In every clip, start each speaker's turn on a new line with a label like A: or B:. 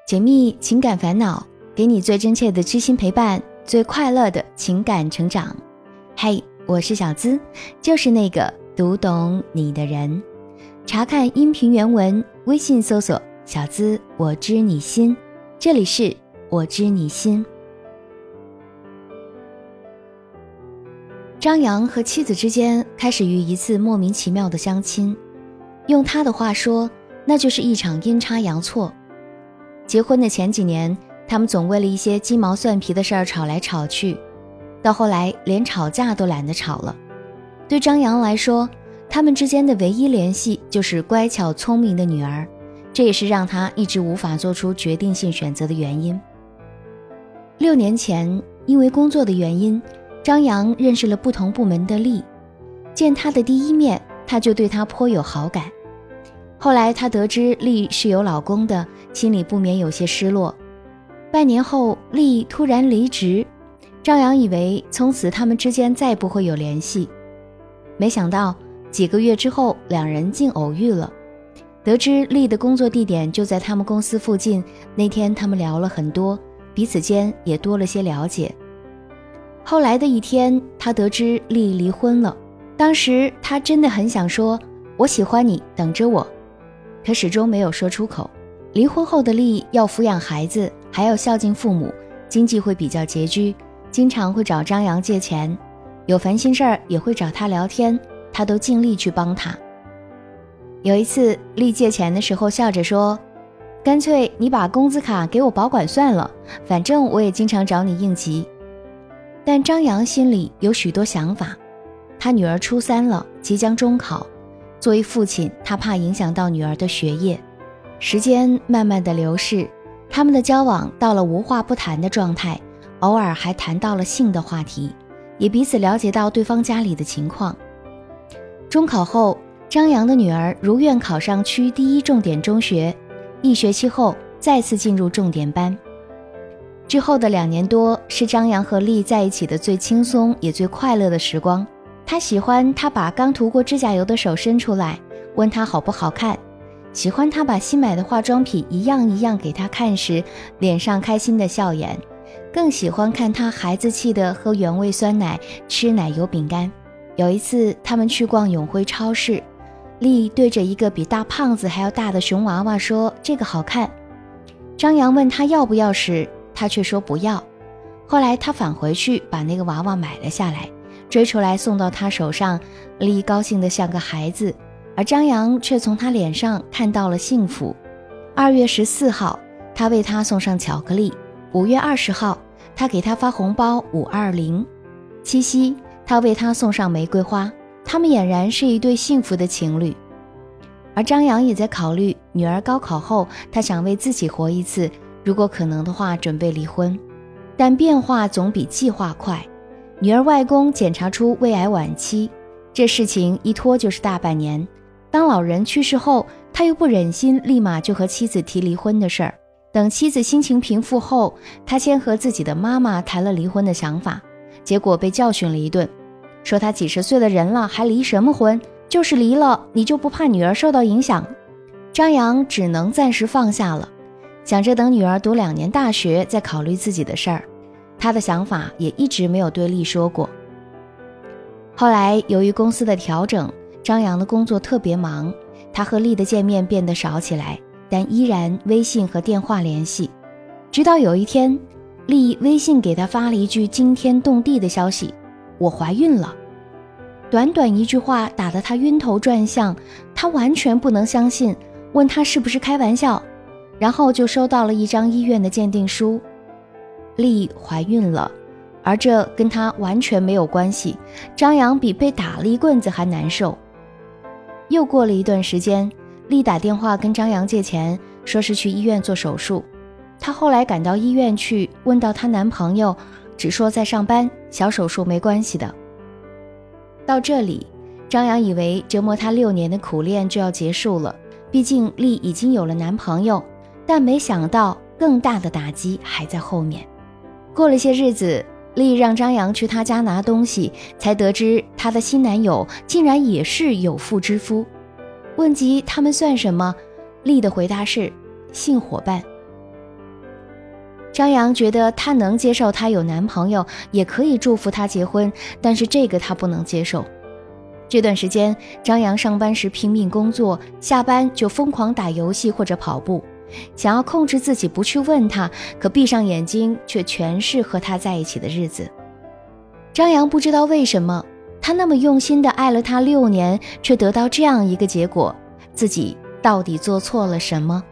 A: 解密情感烦恼，给你最真切的知心陪伴，最快乐的情感成长。嘿，我是小资，就是那个读懂你的人。查看音频原文，微信搜索小资我知你心，这里是我知你心。张扬和妻子之间开始于一次莫名其妙的相亲，用他的话说，那就是一场阴差阳错。结婚的前几年，他们总为了一些鸡毛蒜皮的事儿吵来吵去，到后来连吵架都懒得吵了。对张扬来说，他们之间的唯一联系就是乖巧聪明的女儿，这也是让他一直无法做出决定性选择的原因。6年前，因为工作的原因，张扬认识了不同部门的丽，见她的第一面，他就对她颇有好感。后来他得知丽是有老公的，心里不免有些失落。半年后，丽突然离职，张扬以为从此他们之间再不会有联系，没想到几个月之后，两人竟偶遇了。得知丽的工作地点就在他们公司附近，那天他们聊了很多，彼此间也多了些了解。后来的一天，他得知丽离婚了，当时他真的很想说我喜欢你，等着我，可始终没有说出口。离婚后的丽要抚养孩子，还要孝敬父母，经济会比较拮据，经常会找张扬借钱，有烦心事儿也会找他聊天，他都尽力去帮他。有一次，丽借钱的时候笑着说，干脆你把工资卡给我保管算了，反正我也经常找你应急。但张扬心里有许多想法，他女儿初3了，即将中考，作为父亲，他怕影响到女儿的学业。时间慢慢的流逝，他们的交往到了无话不谈的状态，偶尔还谈到了性的话题，也彼此了解到对方家里的情况。中考后，张扬的女儿如愿考上区第1重点中学，1学期后再次进入重点班。之后的2年多，是张扬和丽在一起的最轻松也最快乐的时光。他喜欢她把刚涂过指甲油的手伸出来，问她好不好看，喜欢她把新买的化妆品一样一样给她看时，脸上开心的笑颜，更喜欢看她孩子气的喝原味酸奶，吃奶油饼干。有一次，他们去逛永辉超市，丽对着一个比大胖子还要大的熊娃娃说，这个好看。张扬问她要不要时，她却说不要。后来她返回去把那个娃娃买了下来，追出来送到她手上，丽高兴得像个孩子，而张扬却从她脸上看到了幸福。2月14号，他为她送上巧克力；5月20号，他给她发红包520；七夕，他为她送上玫瑰花。他们俨然是一对幸福的情侣。而张扬也在考虑，女儿高考后，他想为自己活一次，如果可能的话，准备离婚。但变化总比计划快，女儿外公检查出胃癌晚期，这事情一拖就是大半年。当老人去世后，他又不忍心立马就和妻子提离婚的事儿。等妻子心情平复后，他先和自己的妈妈谈了离婚的想法，结果被教训了一顿，说他几十岁的人了，还离什么婚？就是离了，你就不怕女儿受到影响？张扬只能暂时放下了，想着等女儿读2年大学再考虑自己的事儿。他的想法也一直没有对丽说过。后来由于公司的调整，张扬的工作特别忙，他和丽的见面变得少起来，但依然微信和电话联系。直到有一天，丽微信给他发了一句惊天动地的消息，我怀孕了。短短一句话打得他晕头转向，他完全不能相信，问他是不是开玩笑，然后就收到了一张医院的鉴定书。丽怀孕了，而这跟他完全没有关系。张扬比被打了一棍子还难受。又过了一段时间，丽打电话跟张扬借钱，说是去医院做手术。她后来赶到医院去，问到她男朋友，只说在上班，小手术没关系的。到这里，张扬以为折磨他6年的苦恋就要结束了，毕竟丽已经有了男朋友，但没想到更大的打击还在后面。过了些日子，丽让张扬去她家拿东西，才得知她的新男友竟然也是有妇之夫。问及他们算什么，丽的回答是性伙伴。 张扬觉得他能接受她有男朋友，也可以祝福她结婚，但是这个他不能接受。这段时间，张扬上班时拼命工作，下班就疯狂打游戏或者跑步，想要控制自己不去问他，可闭上眼睛却全是和他在一起的日子。张扬不知道为什么，他那么用心地爱了他6年，却得到这样一个结果，自己到底做错了什么？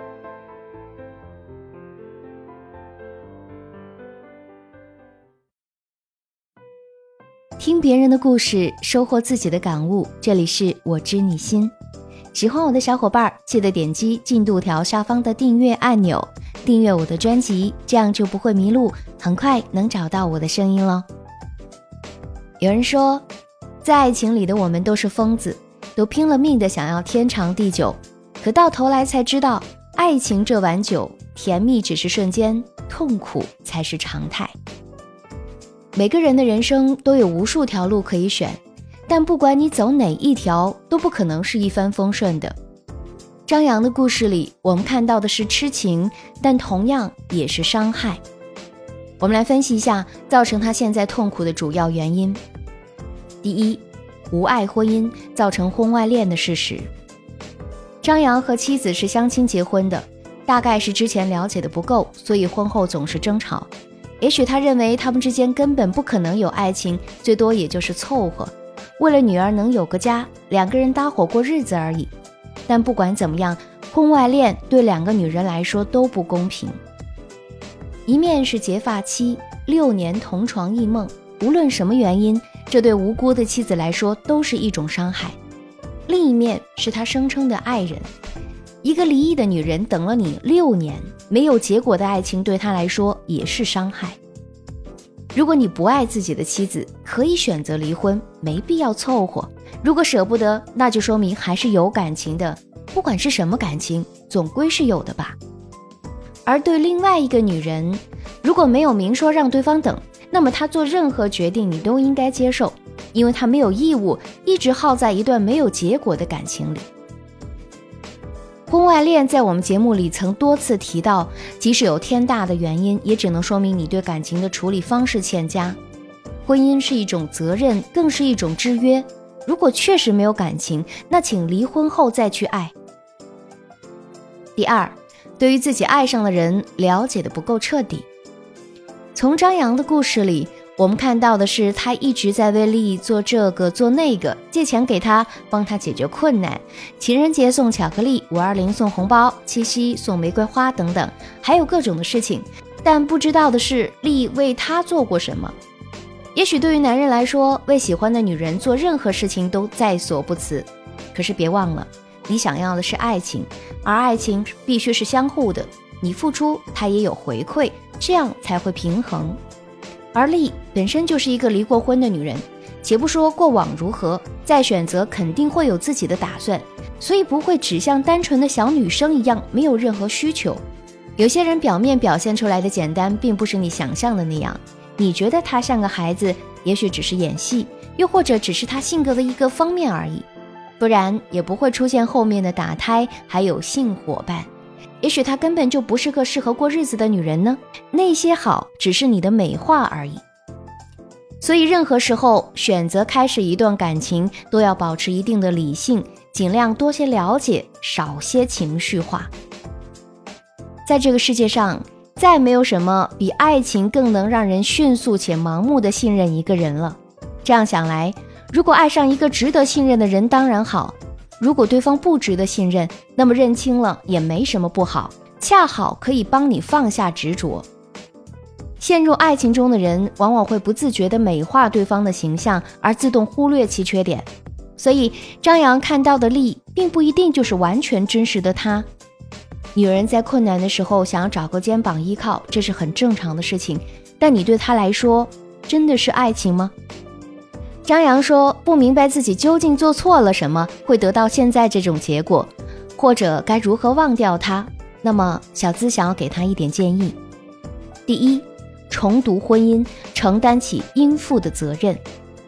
A: 听别人的故事，收获自己的感悟，这里是我知你心。喜欢我的小伙伴记得点击进度条下方的订阅按钮，订阅我的专辑，这样就不会迷路，很快能找到我的声音了。有人说，在爱情里的我们都是疯子，都拼了命的想要天长地久，可到头来才知道，爱情这碗酒，甜蜜只是瞬间，痛苦才是常态。每个人的人生都有无数条路可以选，但不管你走哪一条，都不可能是一帆风顺的。张扬的故事里，我们看到的是痴情，但同样也是伤害。我们来分析一下造成他现在痛苦的主要原因。第一，无爱婚姻造成婚外恋的事实。张扬和妻子是相亲结婚的，大概是之前了解的不够，所以婚后总是争吵。也许他认为他们之间根本不可能有爱情，最多也就是凑合，为了女儿能有个家，两个人搭伙过日子而已。但不管怎么样，婚外恋对两个女人来说都不公平。一面是结发妻，6年同床异梦，无论什么原因，这对无辜的妻子来说都是一种伤害。另一面是他声称的爱人，一个离异的女人等了你6年，没有结果的爱情对她来说也是伤害。如果你不爱自己的妻子，可以选择离婚，没必要凑合。如果舍不得，那就说明还是有感情的，不管是什么感情，总归是有的吧。而对另外一个女人，如果没有明说让对方等，那么她做任何决定你都应该接受，因为她没有义务一直耗在一段没有结果的感情里。婚外恋在我们节目里曾多次提到，即使有天大的原因，也只能说明你对感情的处理方式欠佳。婚姻是一种责任，更是一种制约。如果确实没有感情，那请离婚后再去爱。第二，对于自己爱上的人了解的不够彻底。从张扬的故事里，我们看到的是他一直在为利做这个做那个，借钱给他，帮他解决困难，情人节送巧克力，520送红包，七夕送玫瑰花等等，还有各种的事情。但不知道的是，利为他做过什么。也许对于男人来说，为喜欢的女人做任何事情都在所不辞，可是别忘了，你想要的是爱情，而爱情必须是相互的，你付出他也有回馈，这样才会平衡。而丽本身就是一个离过婚的女人，且不说过往如何，再选择肯定会有自己的打算，所以不会只像单纯的小女生一样没有任何需求。有些人表面表现出来的简单，并不是你想象的那样，你觉得他像个孩子，也许只是演戏，又或者只是他性格的一个方面而已，不然也不会出现后面的打胎还有性伙伴。也许她根本就不是个适合过日子的女人呢，那些好只是你的美化而已。所以任何时候选择开始一段感情，都要保持一定的理性，尽量多些了解，少些情绪化。在这个世界上，再没有什么比爱情更能让人迅速且盲目的信任一个人了。这样想来，如果爱上一个值得信任的人当然好，如果对方不值得信任，那么认清了也没什么不好，恰好可以帮你放下执着。陷入爱情中的人往往会不自觉地美化对方的形象，而自动忽略其缺点。所以张扬看到的利并不一定就是完全真实的他。女人在困难的时候想要找个肩膀依靠，这是很正常的事情，但你对她来说真的是爱情吗？张扬说，不明白自己究竟做错了什么，会得到现在这种结果，或者该如何忘掉他。那么小资想要给他一点建议。第一，重读婚姻，承担起应负的责任。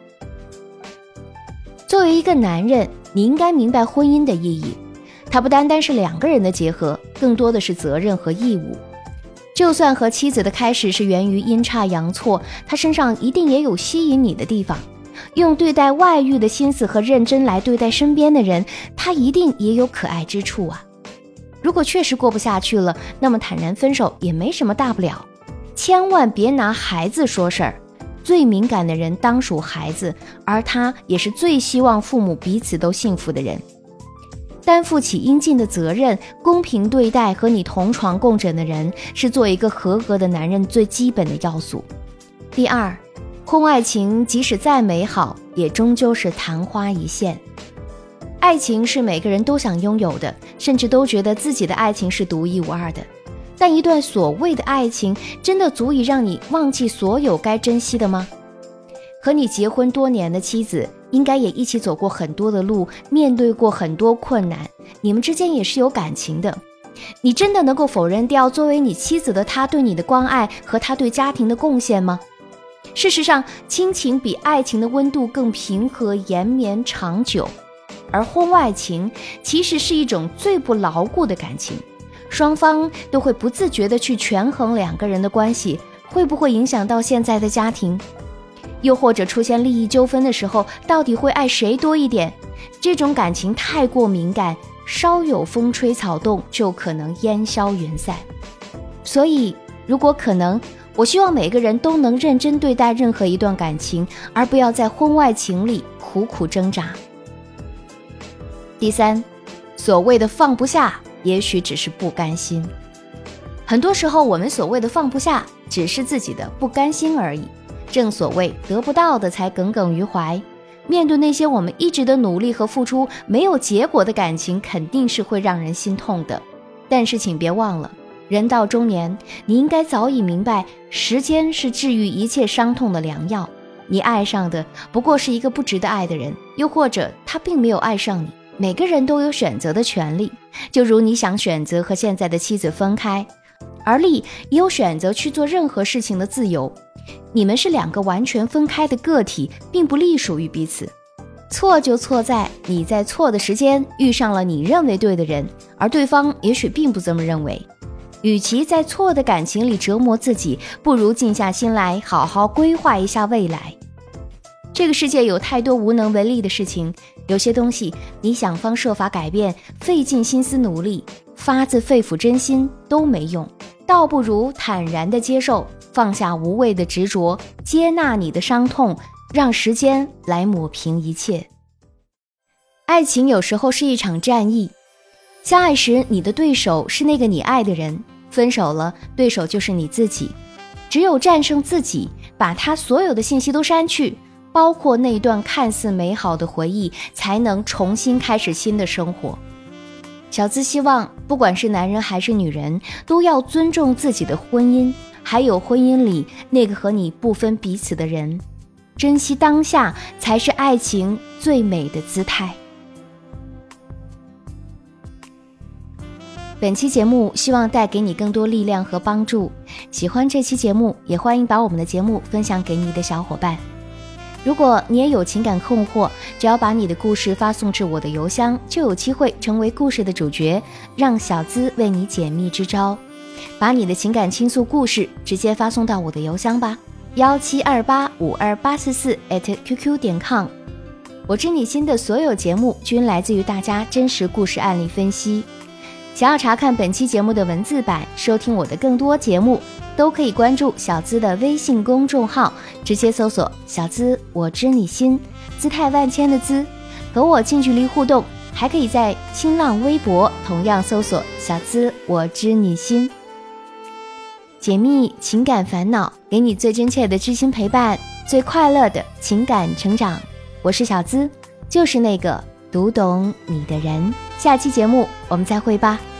A: 作为一个男人，你应该明白婚姻的意义，它不单单是两个人的结合，更多的是责任和义务。 就算和妻子的开始是源于阴差阳错，他身上一定也有吸引你的地方。用对待外遇的心思和认真来对待身边的人，他一定也有可爱之处啊。如果确实过不下去了，那么坦然分手也没什么大不了。千万别拿孩子说事儿，最敏感的人当属孩子，而他也是最希望父母彼此都幸福的人。担负起应尽的责任，公平对待和你同床共枕的人，是做一个合格的男人最基本的要素。第二，婚外情即使再美好，也终究是昙花一现。爱情是每个人都想拥有的，甚至都觉得自己的爱情是独一无二的。但一段所谓的爱情，真的足以让你忘记所有该珍惜的吗？和你结婚多年的妻子，应该也一起走过很多的路，面对过很多困难，你们之间也是有感情的。你真的能够否认掉作为你妻子的她对你的关爱和她对家庭的贡献吗？事实上，亲情比爱情的温度更平和、延绵、长久，而婚外情其实是一种最不牢固的感情，双方都会不自觉地去权衡两个人的关系，会不会影响到现在的家庭？又或者出现利益纠纷的时候，到底会爱谁多一点？这种感情太过敏感，稍有风吹草动就可能烟消云散。所以，如果可能，我希望每个人都能认真对待任何一段感情，而不要在婚外情里苦苦挣扎。第三，所谓的放不下，也许只是不甘心。很多时候，我们所谓的放不下，只是自己的不甘心而已。正所谓得不到的才耿耿于怀，面对那些我们一直的努力和付出没有结果的感情，肯定是会让人心痛的。但是请别忘了，人到中年，你应该早已明白，时间是治愈一切伤痛的良药。你爱上的不过是一个不值得爱的人，又或者他并没有爱上你。每个人都有选择的权利，就如你想选择和现在的妻子分开，而丽也有选择去做任何事情的自由。你们是两个完全分开的个体，并不隶属于彼此。错就错在你在错的时间遇上了你认为对的人，而对方也许并不这么认为。与其在错的感情里折磨自己，不如静下心来好好规划一下未来。这个世界有太多无能为力的事情，有些东西你想方设法改变，费尽心思努力，发自肺腑真心都没用，倒不如坦然地接受，放下无谓的执着，接纳你的伤痛，让时间来抹平一切。爱情有时候是一场战役，相爱时你的对手是那个你爱的人，分手了，对手就是你自己。只有战胜自己，把他所有的信息都删去，包括那段看似美好的回忆，才能重新开始新的生活。小资希望不管是男人还是女人，都要尊重自己的婚姻，还有婚姻里那个和你不分彼此的人，珍惜当下才是爱情最美的姿态。本期节目希望带给你更多力量和帮助，喜欢这期节目也欢迎把我们的节目分享给你的小伙伴。如果你也有情感困惑，只要把你的故事发送至我的邮箱，就有机会成为故事的主角，让小资为你解密支招。把你的情感倾诉故事直接发送到我的邮箱吧，1728528844@qq.com。我知你心的所有节目均来自于大家真实故事案例分析。想要查看本期节目的文字版，收听我的更多节目，都可以关注小资的微信公众号，直接搜索小资我知你心，姿态万千的资，和我近距离互动。还可以在新浪微博同样搜索小资我知你心，解密情感烦恼，给你最真切的知心陪伴，最快乐的情感成长。我是小资，就是那个读懂你的人。下期节目我们再会吧。